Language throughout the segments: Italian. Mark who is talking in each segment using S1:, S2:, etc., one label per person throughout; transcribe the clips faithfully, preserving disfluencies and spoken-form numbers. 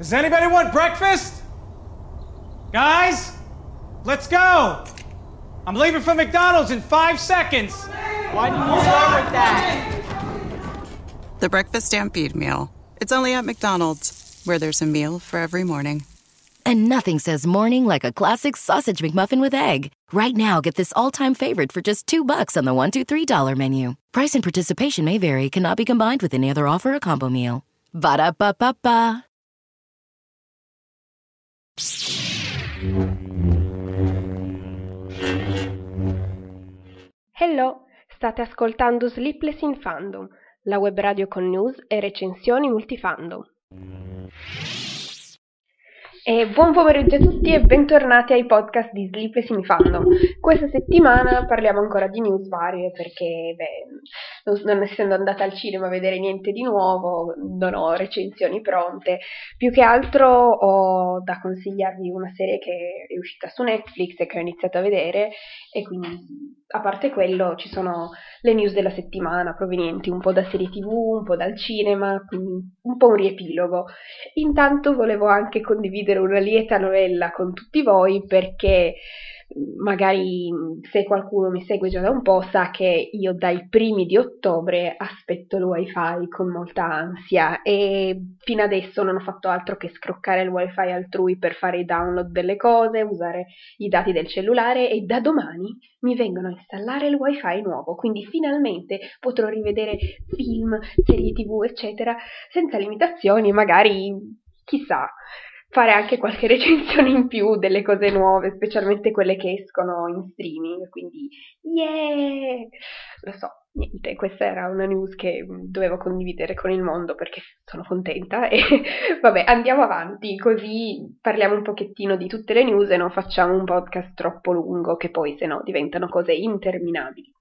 S1: Does anybody want breakfast? Guys, let's go! I'm leaving for McDonald's in five seconds.
S2: Why did you start with that?
S3: The Breakfast Stampede Meal. It's only at McDonald's, where there's a meal for every morning.
S4: And nothing says morning like a classic sausage McMuffin with egg. Right now, get this all-time favorite for just two bucks on the one, two, three dollar menu. Price and participation may vary. Cannot be combined with any other offer or combo meal. Ba-da-ba-ba-ba.
S5: Hello, state ascoltando Sleepless in Fandom, la web radio con news e recensioni multifandom. E buon pomeriggio a tutti e bentornati ai podcast di Sleepless in Fandom. Questa settimana parliamo ancora di news varie perché, beh, non, non essendo andata al cinema a vedere niente di nuovo, non ho recensioni pronte. Più che altro ho da consigliarvi una serie che è uscita su Netflix e che ho iniziato a vedere, e quindi, a parte quello, ci sono le news della settimana provenienti un po' da serie tv, un po' dal cinema, quindi un po' un riepilogo. Intanto volevo anche condividere una lieta novella con tutti voi, perché magari se qualcuno mi segue già da un po' sa che io dai primi di ottobre aspetto il wifi con molta ansia, e fino adesso non ho fatto altro che scroccare il wifi altrui per fare i download delle cose, usare i dati del cellulare, e da domani mi vengono a installare il wifi nuovo, quindi finalmente potrò rivedere film, serie tv eccetera senza limitazioni, magari chissà fare anche qualche recensione in più delle cose nuove, specialmente quelle che escono in streaming, quindi yeah! Lo so, niente, questa era una news che dovevo condividere con il mondo perché sono contenta e vabbè, andiamo avanti, così parliamo un pochettino di tutte le news e non facciamo un podcast troppo lungo che poi se no diventano cose interminabili.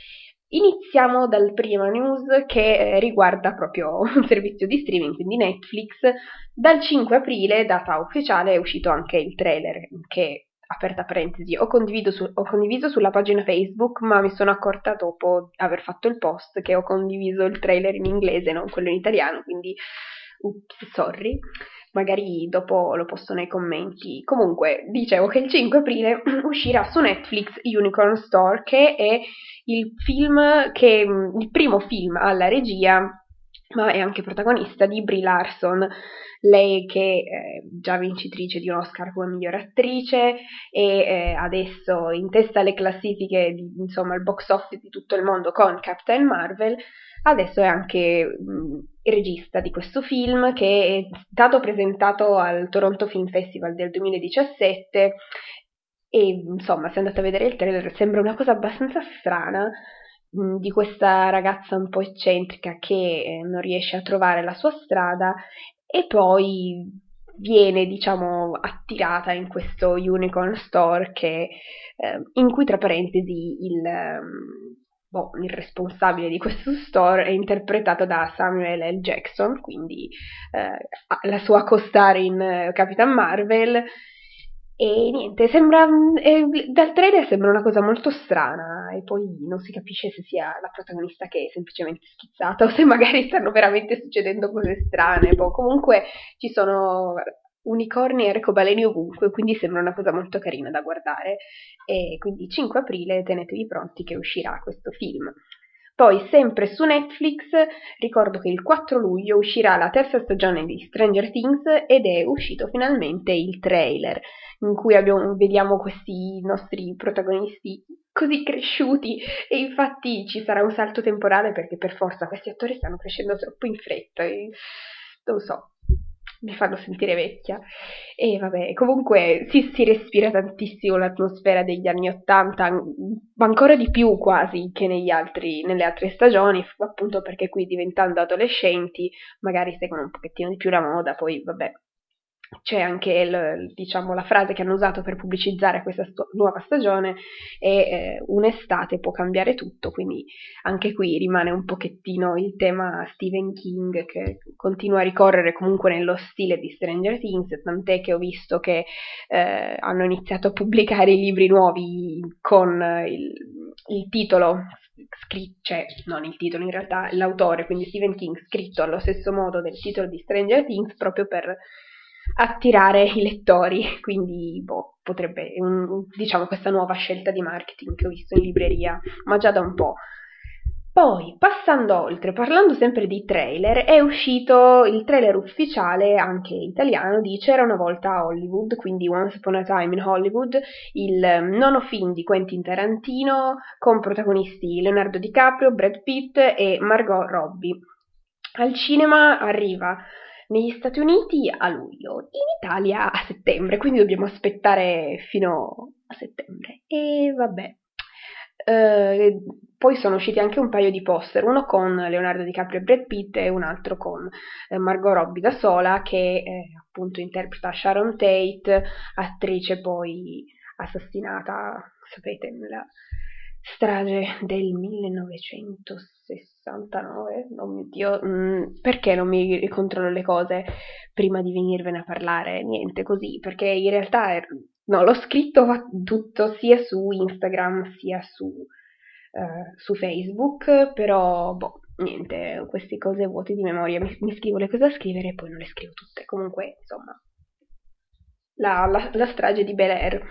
S5: Iniziamo dal prima news che riguarda proprio un servizio di streaming, quindi Netflix. Dal cinque aprile, data ufficiale, è uscito anche il trailer che, aperta parentesi, ho condiviso, su, ho condiviso sulla pagina Facebook, ma mi sono accorta dopo aver fatto il post che ho condiviso il trailer in inglese, non quello in italiano, quindi ups, sorry. Magari dopo lo posto nei commenti. Comunque, dicevo che il cinque aprile uscirà su Netflix Unicorn Store, che è il film che il primo film alla regia, ma è anche protagonista, di Brie Larson, lei che è già vincitrice di un Oscar come miglior attrice e eh, adesso in testa alle classifiche di, insomma, il box office di tutto il mondo con Captain Marvel. Adesso è anche mh, il regista di questo film, che è stato presentato al Toronto Film Festival del duemiladiciassette. E insomma, se andate a vedere il trailer sembra una cosa abbastanza strana, mh, di questa ragazza un po' eccentrica che eh, non riesce a trovare la sua strada e poi viene, diciamo, attirata in questo Unicorn Store che, eh, in cui, tra parentesi, il, um, boh, il responsabile di questo store è interpretato da Samuel L. Jackson, quindi eh, la sua co-star in uh, Capitan Marvel. E niente, sembra, eh, dal trailer sembra una cosa molto strana, e poi non si capisce se sia la protagonista che è semplicemente schizzata o se magari stanno veramente succedendo cose strane. Boh, comunque ci sono unicorni e arcobaleni ovunque, quindi sembra una cosa molto carina da guardare, e quindi cinque aprile tenetevi pronti che uscirà questo film. Poi, sempre su Netflix, ricordo che il quattro luglio uscirà la terza stagione di Stranger Things ed è uscito finalmente il trailer, in cui abbiamo, vediamo questi nostri protagonisti così cresciuti, e infatti ci sarà un salto temporale perché per forza questi attori stanno crescendo troppo in fretta e non so, mi fanno sentire vecchia. E vabbè, comunque sì, si respira tantissimo l'atmosfera degli anni Ottanta, ma ancora di più quasi che negli altri, nelle altre stagioni, appunto perché qui, diventando adolescenti, magari seguono un pochettino di più la moda. Poi vabbè, c'è anche il, diciamo, la frase che hanno usato per pubblicizzare questa sto- nuova stagione è eh, un'estate può cambiare tutto, quindi anche qui rimane un pochettino il tema Stephen King, che continua a ricorrere comunque nello stile di Stranger Things, tant'è che ho visto che eh, hanno iniziato a pubblicare i libri nuovi con il, il titolo scritto, cioè non il titolo in realtà, l'autore, quindi Stephen King, scritto allo stesso modo del titolo di Stranger Things, proprio per attirare i lettori, quindi boh, potrebbe, un, diciamo, questa nuova scelta di marketing che ho visto in libreria, ma già da un po'. Poi, passando oltre, parlando sempre di trailer, è uscito il trailer ufficiale, anche italiano, di C'era una volta a Hollywood, quindi Once Upon a Time in Hollywood, il nono film di Quentin Tarantino, con protagonisti Leonardo DiCaprio, Brad Pitt e Margot Robbie. Al cinema arriva negli Stati Uniti a luglio, in Italia a settembre, quindi dobbiamo aspettare fino a settembre. E vabbè. Eh, poi sono usciti anche un paio di poster, uno con Leonardo DiCaprio e Brad Pitt e un altro con eh, Margot Robbie da sola, che eh, appunto interpreta Sharon Tate, attrice poi assassinata, sapete, nella strage del millenovecentosessantanove. Oh mio Dio, mh, perché non mi controllo le cose prima di venirvene a parlare? Niente, così, perché in realtà è, no, l'ho scritto tutto sia su Instagram sia su, uh, su Facebook, però boh, niente, queste cose vuote di memoria, mi, mi scrivo le cose da scrivere e poi non le scrivo tutte. Comunque, insomma, la, la, la strage di Bel Air.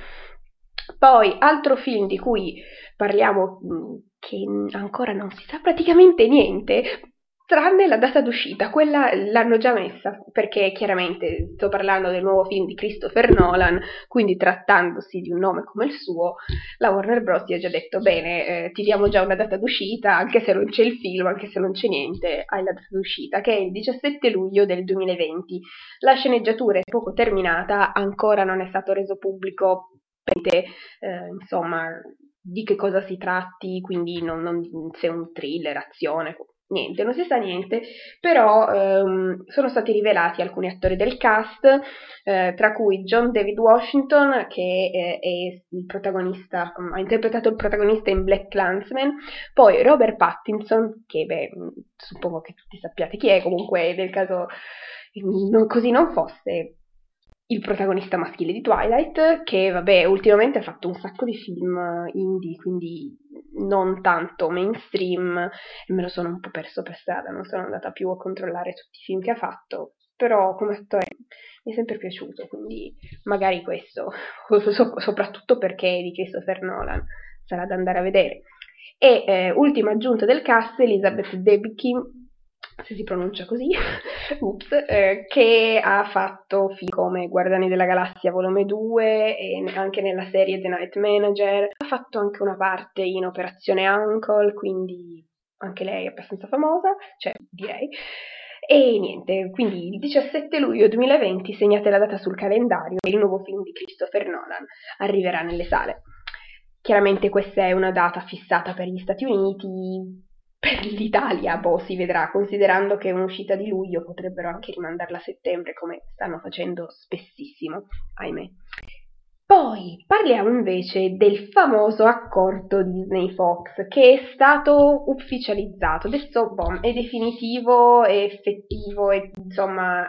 S5: Poi, altro film di cui parliamo, che ancora non si sa praticamente niente, tranne la data d'uscita, quella l'hanno già messa, perché chiaramente sto parlando del nuovo film di Christopher Nolan, quindi trattandosi di un nome come il suo, la Warner Bros. Gli ha già detto, bene, eh, ti diamo già una data d'uscita, anche se non c'è il film, anche se non c'è niente, hai la data d'uscita, che è il diciassette luglio del duemilaventi. La sceneggiatura è poco terminata, ancora non è stato reso pubblico, eh, insomma, di che cosa si tratti, quindi non, non se è un thriller, azione, niente, non si sa niente, però ehm, sono stati rivelati alcuni attori del cast, eh, tra cui John David Washington, che eh, è il protagonista, um, ha interpretato il protagonista in BlacKkKlansman, poi Robert Pattinson, che beh, suppongo che tutti sappiate chi è, comunque nel caso non, così non fosse, il protagonista maschile di Twilight, che vabbè ultimamente ha fatto un sacco di film indie, quindi non tanto mainstream, e me lo sono un po' perso per strada, non sono andata più a controllare tutti i film che ha fatto, però come attore mi è sempre piaciuto, quindi magari questo, soprattutto perché è di Christopher Nolan, sarà da andare a vedere. E eh, ultima aggiunta del cast, Elizabeth Debicki, se si pronuncia così, ups, eh, che ha fatto film come Guardiani della Galassia volume due e anche nella serie The Night Manager, ha fatto anche una parte in Operazione Uncle, quindi anche lei è abbastanza famosa, cioè direi. E niente, quindi il diciassette luglio duemilaventi, segnate la data sul calendario, il nuovo film di Christopher Nolan arriverà nelle sale. Chiaramente questa è una data fissata per gli Stati Uniti. Per l'Italia, boh, si vedrà, considerando che è un'uscita di luglio, potrebbero anche rimandarla a settembre, come stanno facendo spessissimo, ahimè. Poi parliamo invece del famoso accordo Disney-Fox, che è stato ufficializzato. Adesso, boh, è definitivo, è effettivo, è, insomma,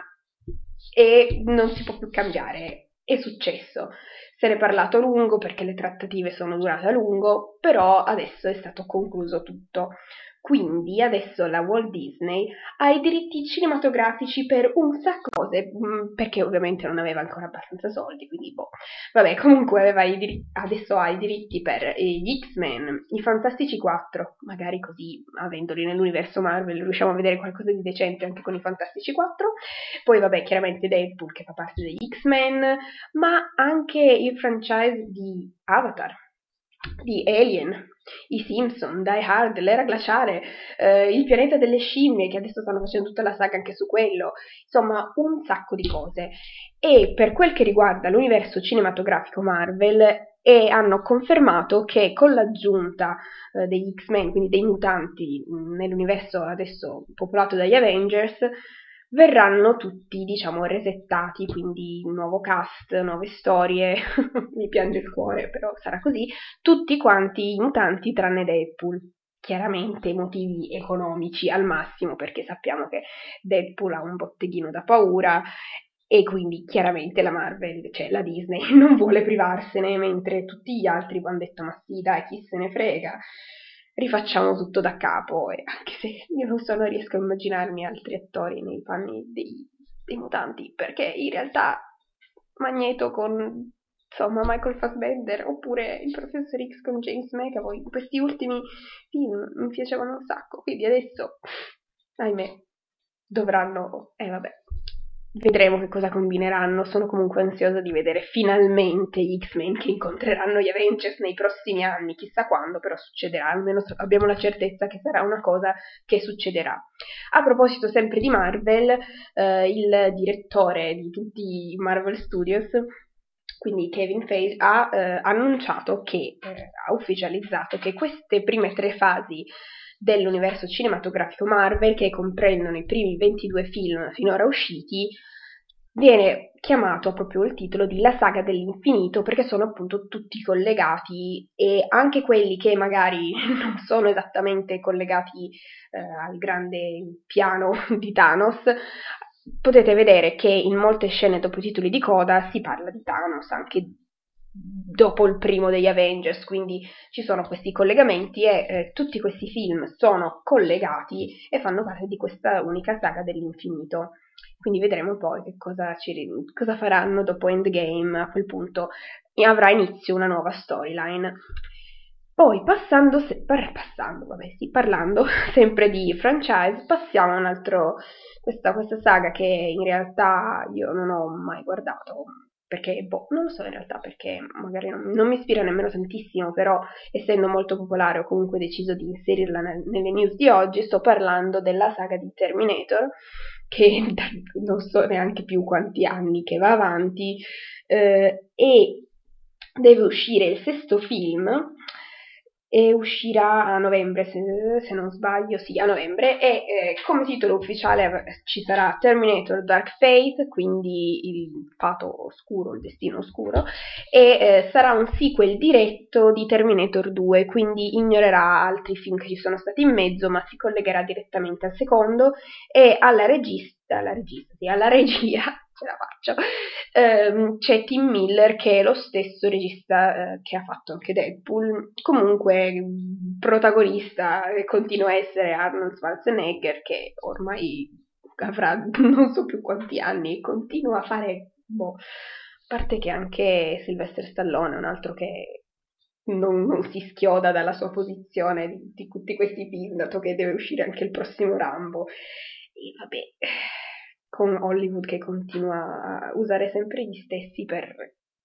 S5: e non si può più cambiare. È successo. Se ne è parlato a lungo perché le trattative sono durate a lungo, però adesso è stato concluso tutto. Quindi adesso la Walt Disney ha i diritti cinematografici per un sacco di cose, perché ovviamente non aveva ancora abbastanza soldi, quindi boh. Vabbè, comunque aveva i diritti, adesso ha i diritti per gli X-Men, i Fantastici quattro, magari così, avendoli nell'universo Marvel, riusciamo a vedere qualcosa di decente anche con i Fantastici quattro. Poi vabbè, chiaramente Deadpool, che fa parte degli X-Men, ma anche il franchise di Avatar, di Alien, i Simpson, Die Hard, l'era glaciale, eh, il pianeta delle scimmie, che adesso stanno facendo tutta la saga anche su quello, insomma un sacco di cose. E per quel che riguarda l'universo cinematografico Marvel, e hanno confermato che con l'aggiunta eh, degli X-Men, quindi dei mutanti nell'universo adesso popolato dagli Avengers, verranno tutti, diciamo, resettati, quindi nuovo cast, nuove storie, mi piange il cuore, però sarà così, tutti quanti i mutanti tranne Deadpool. Chiaramente motivi economici al massimo, perché sappiamo che Deadpool ha un botteghino da paura e quindi chiaramente la Marvel, cioè la Disney, non vuole privarsene, mentre tutti gli altri hanno detto ma sì dai, chi se ne frega, rifacciamo tutto da capo, e anche se io non so, non riesco a immaginarmi altri attori nei panni dei, dei mutanti, perché in realtà Magneto con insomma Michael Fassbender oppure il Professor X con James McAvoy, questi ultimi film mi piacevano un sacco, quindi adesso ahimè dovranno eh vabbè vedremo che cosa combineranno. Sono comunque ansiosa di vedere finalmente gli X-Men che incontreranno gli Avengers nei prossimi anni, chissà quando, però succederà, almeno abbiamo la certezza che sarà una cosa che succederà. A proposito sempre di Marvel, eh, il direttore di tutti i Marvel Studios, quindi Kevin Feige, ha eh, annunciato che, eh, ha ufficializzato che queste prime tre fasi dell'universo cinematografico Marvel, che comprendono i primi ventidue film finora usciti, viene chiamato proprio il titolo di La saga dell'infinito, perché sono appunto tutti collegati, e anche quelli che magari non sono esattamente collegati eh, al grande piano di Thanos. Potete vedere che in molte scene dopo i titoli di coda si parla di Thanos anche dopo il primo degli Avengers, quindi ci sono questi collegamenti e eh, tutti questi film sono collegati e fanno parte di questa unica saga dell'infinito. Quindi vedremo poi che cosa, ci, cosa faranno dopo Endgame. A quel punto avrà inizio una nuova storyline. Poi passando, se, par, passando vabbè, sì, parlando sempre di franchise, passiamo a un altro, questa, questa saga che in realtà io non ho mai guardato, perché, boh, non lo so in realtà, perché magari non, non mi ispira nemmeno tantissimo, però essendo molto popolare ho comunque deciso di inserirla nel, nelle news di oggi. Sto parlando della saga di Terminator, che non so neanche più quanti anni che va avanti, eh, e deve uscire il sesto film, e uscirà a novembre, se, se non sbaglio, sì, a novembre, e eh, come titolo ufficiale ci sarà Terminator Dark Fate, quindi il fato oscuro, il destino oscuro, e eh, sarà un sequel diretto di Terminator due, quindi ignorerà altri film che ci sono stati in mezzo, ma si collegherà direttamente al secondo, e alla regista, alla regista, sì, alla regia, ce la faccio, ehm, c'è Tim Miller, che è lo stesso regista eh, che ha fatto anche Deadpool. Comunque protagonista continua a essere Arnold Schwarzenegger, che ormai avrà non so più quanti anni e continua a fare, boh, a parte che anche Sylvester Stallone è un altro che non, non si schioda dalla sua posizione di, di tutti questi film, dato che deve uscire anche il prossimo Rambo. E vabbè, con Hollywood che continua a usare sempre gli stessi per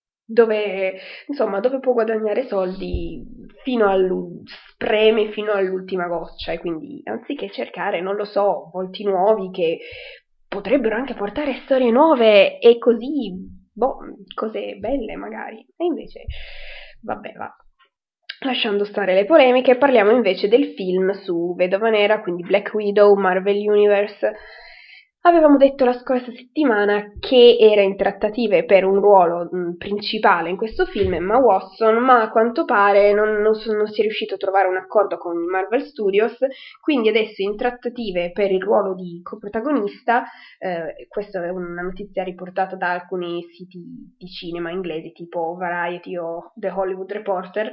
S5: dove, insomma, dove può guadagnare soldi fino al spreme fino all'ultima goccia, e quindi anziché cercare, non lo so, volti nuovi che potrebbero anche portare storie nuove e così, boh, cose belle magari, e invece vabbè, va. Lasciando stare le polemiche, parliamo invece del film su Vedova Nera, quindi Black Widow, Marvel Universe. Avevamo detto la scorsa settimana che era in trattative per un ruolo mh, principale in questo film Emma Watson, ma a quanto pare non, non, so, non si è riuscito a trovare un accordo con i Marvel Studios, quindi adesso è in trattative per il ruolo di coprotagonista. Eh, questa è una notizia riportata da alcuni siti di cinema inglesi tipo Variety o The Hollywood Reporter.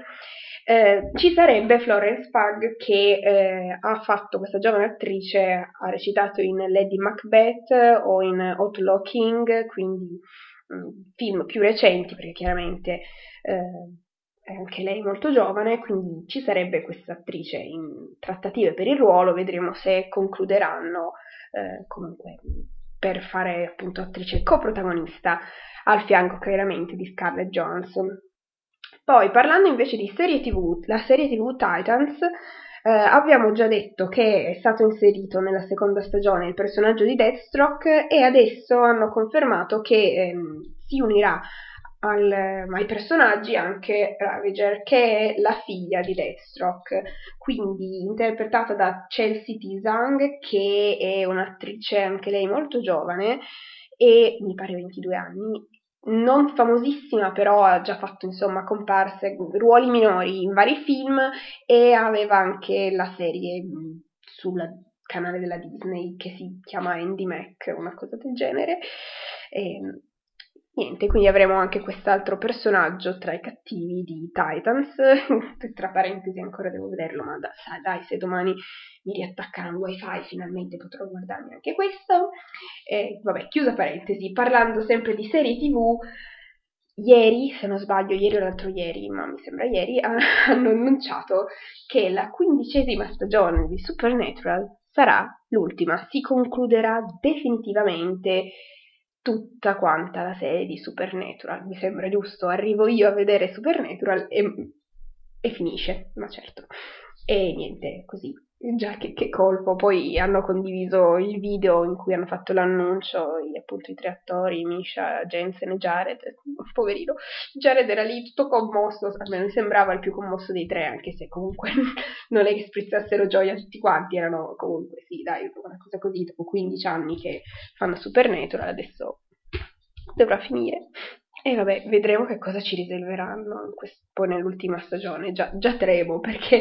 S5: Eh, ci sarebbe Florence Pugh, che eh, ha fatto, questa giovane attrice ha recitato in Lady Macbeth o in Outlaw King, quindi mh, film più recenti, perché chiaramente eh, è anche lei molto giovane, quindi ci sarebbe questa attrice in trattative per il ruolo. Vedremo se concluderanno eh, comunque per fare appunto attrice coprotagonista al fianco chiaramente di Scarlett Johansson. Poi, parlando invece di serie tivù, la serie tivù Titans, eh, abbiamo già detto che è stato inserito nella seconda stagione il personaggio di Deathstroke, e adesso hanno confermato che ehm, si unirà al, ai personaggi anche Ravager, che è la figlia di Deathstroke, quindi interpretata da Chelsea Tisang, che è un'attrice anche lei molto giovane, e mi pare ventidue anni, non famosissima, però ha già fatto insomma comparse, ruoli minori in vari film, e aveva anche la serie sul canale della Disney che si chiama Andy Mac, una cosa del genere. E niente, quindi avremo anche quest'altro personaggio tra i cattivi di Titans. Tra parentesi ancora devo vederlo, ma da, dai, se domani mi riattaccano il wifi finalmente potrò guardarmi anche questo. E vabbè, chiusa parentesi, parlando sempre di serie tv, ieri, se non sbaglio, ieri o l'altro ieri, ma mi sembra ieri, hanno annunciato che la quindicesima stagione di Supernatural sarà l'ultima, si concluderà definitivamente tutta quanta la serie di Supernatural. Mi sembra giusto, arrivo io a vedere Supernatural e, e finisce, ma certo. E niente, così, già che, che colpo. Poi hanno condiviso il video in cui hanno fatto l'annuncio, i, appunto i tre attori, Misha, Jensen e Jared. Poverino, Jared era lì tutto commosso, almeno mi sembrava il più commosso dei tre, anche se comunque non è che sprizzassero gioia tutti quanti, erano comunque, sì dai, una cosa così, dopo quindici anni che fanno Supernatural, adesso dovrà finire. E vabbè, vedremo che cosa ci riserveranno in questo, poi nell'ultima stagione. Già, già tremo, perché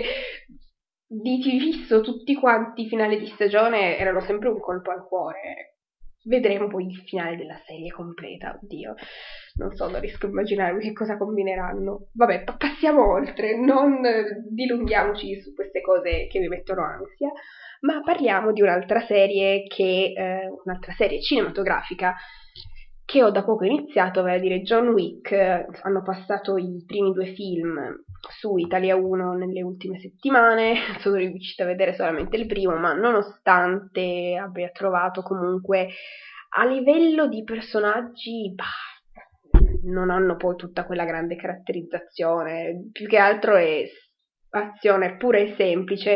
S5: di fisso tutti quanti i finali di stagione erano sempre un colpo al cuore. Vedremo poi il finale della serie completa. Oddio, non so, non riesco a immaginarmi che cosa combineranno. Vabbè, pa- passiamo oltre, non dilunghiamoci su queste cose che mi mettono ansia, ma parliamo di un'altra serie che, eh, un'altra serie cinematografica che ho da poco iniziato, vale a dire John Wick. Hanno passato i primi due film su Italia uno nelle ultime settimane, sono riuscita a vedere solamente il primo, ma nonostante abbia trovato comunque a livello di personaggi, bah, non hanno poi tutta quella grande caratterizzazione, più che altro è azione pura e semplice.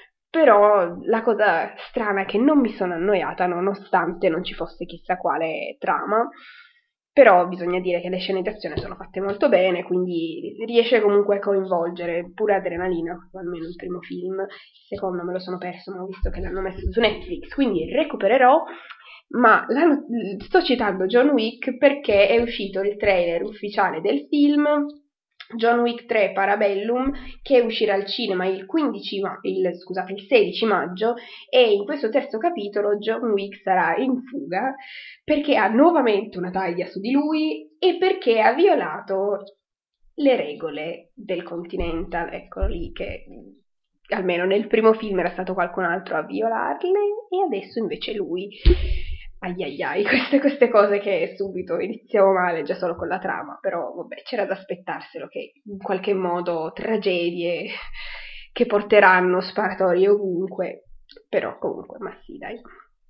S5: Però la cosa strana è che non mi sono annoiata nonostante non ci fosse chissà quale trama, però bisogna dire che le scene d'azione sono fatte molto bene, quindi riesce comunque a coinvolgere, pure Adrenalina, almeno il primo film. Il secondo me lo sono perso, ma ho visto che l'hanno messo su Netflix, quindi recupererò. Ma la, sto citando John Wick perché è uscito il trailer ufficiale del film John Wick tre Parabellum, che uscirà al cinema il quindici ma- il, scusate, il sedici maggio, e in questo terzo capitolo John Wick sarà in fuga perché ha nuovamente una taglia su di lui e perché ha violato le regole del Continental. Eccolo lì che almeno nel primo film era stato qualcun altro a violarle e adesso invece lui. Ai ai ai, queste, queste cose che subito iniziamo male già solo con la trama, però vabbè, c'era da aspettarselo che in qualche modo tragedie che porteranno sparatorie ovunque, però comunque, ma sì dai,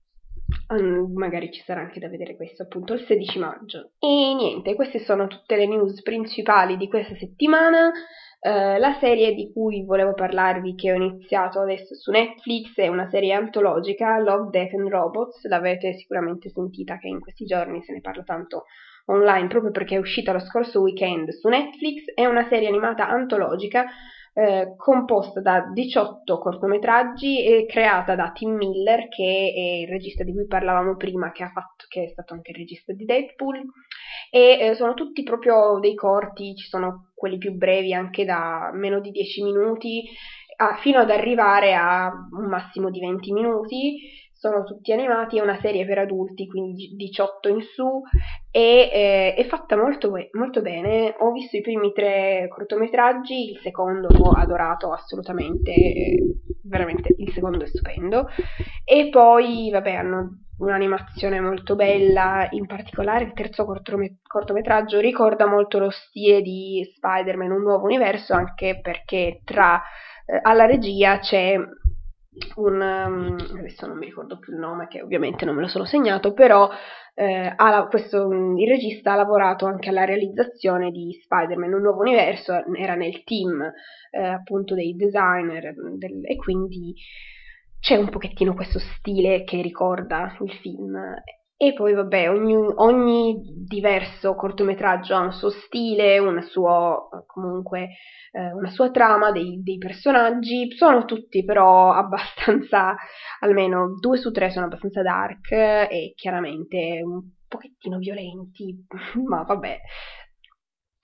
S5: um, magari ci sarà anche da vedere questo appunto il sedici maggio. E niente, queste sono tutte le news principali di questa settimana. Uh, la serie di cui volevo parlarvi, che ho iniziato adesso su Netflix, è una serie antologica, Love, Death and Robots. L'avete sicuramente sentita che in questi giorni se ne parla tanto online proprio perché è uscita lo scorso weekend su Netflix. È una serie animata antologica eh, composta da diciotto cortometraggi e creata da Tim Miller, che è il regista di cui parlavamo prima, che ha fatto, che è stato anche il regista di Deadpool. E eh, sono tutti proprio dei corti, ci sono quelli più brevi anche da meno di dieci minuti a, fino ad arrivare a un massimo di venti minuti. Sono tutti animati, è una serie per adulti, quindi diciotto in su, e eh, è fatta molto, molto bene. Ho visto i primi tre cortometraggi, il secondo l'ho adorato assolutamente, eh, veramente il secondo è stupendo, e poi vabbè hanno un'animazione molto bella, in particolare il terzo cortometraggio ricorda molto lo stile di Spider-Man Un Nuovo Universo, anche perché tra eh, alla regia c'è un um, adesso non mi ricordo più il nome, che ovviamente non me lo sono segnato, però eh, ha, questo, il regista ha lavorato anche alla realizzazione di Spider-Man Un Nuovo Universo, era nel team eh, appunto dei designer del, e quindi c'è un pochettino questo stile che ricorda il film. E poi vabbè, ogni, ogni diverso cortometraggio ha un suo stile, una sua, comunque, eh, una sua trama, dei, dei personaggi. Sono tutti però abbastanza, almeno due su tre sono abbastanza dark e chiaramente un pochettino violenti, ma vabbè,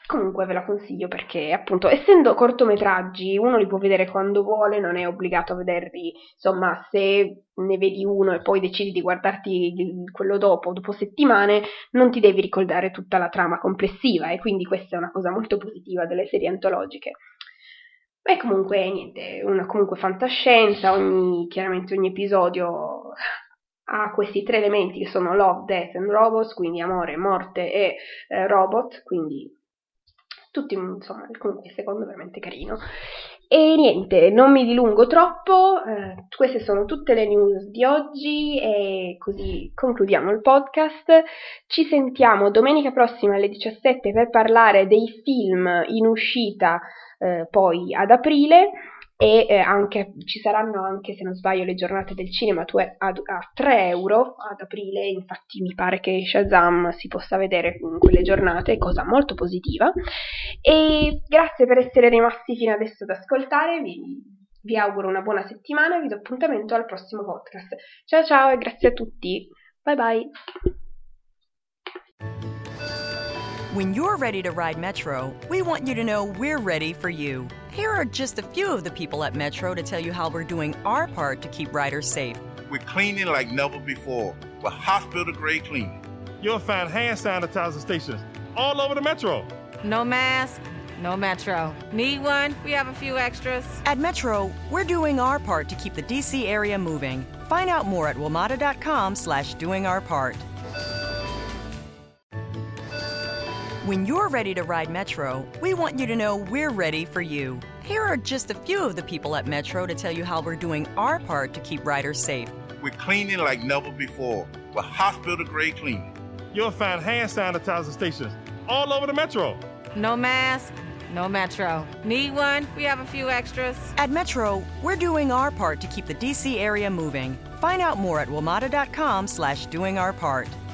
S5: comunque ve la consiglio perché appunto essendo cortometraggi uno li può vedere quando vuole, non è obbligato a vederli, insomma se ne vedi uno e poi decidi di guardarti quello dopo, dopo settimane, non ti devi ricordare tutta la trama complessiva e quindi questa è una cosa molto positiva delle serie antologiche. E comunque niente, una comunque fantascienza, ogni, chiaramente ogni episodio ha questi tre elementi che sono love, death and robots, quindi amore, morte e eh, robot, quindi tutti, insomma, comunque secondo veramente carino. E niente, non mi dilungo troppo, eh, queste sono tutte le news di oggi e così concludiamo il podcast. Ci sentiamo domenica prossima alle diciassette per parlare dei film in uscita eh, poi ad aprile. E eh, anche ci saranno anche, se non sbaglio, le giornate del cinema a, a tre euro ad aprile, infatti mi pare che Shazam si possa vedere in quelle giornate, cosa molto positiva. E grazie per essere rimasti fino adesso ad ascoltare, vi, vi auguro una buona settimana e vi do appuntamento al prossimo podcast. Ciao ciao e grazie a tutti, bye bye.
S6: When you're ready to ride Metro, we want you to know we're ready for you. Here are just a few of the people at Metro to tell you how we're doing our part to keep riders safe.
S7: We're cleaning like never before with hospital-grade cleaning.
S8: You'll find hand sanitizer stations all over the Metro.
S9: No mask, no Metro. Need one? We have a few extras.
S6: At Metro, we're doing our part to keep the D C area moving. Find out more at WMATA.com slash doing our part. When you're ready to ride Metro, we want you to know we're ready for you. Here are just a few of the people at Metro to tell you how we're doing our part to keep riders safe.
S7: We're cleaning like never before with hospital-grade cleaning.
S8: You'll find hand sanitizer stations all over the Metro.
S9: No mask, no Metro. Need one? We have a few extras.
S6: At Metro, we're doing our part to keep the D C area moving. Find out more at WMATA.com slash doing our part.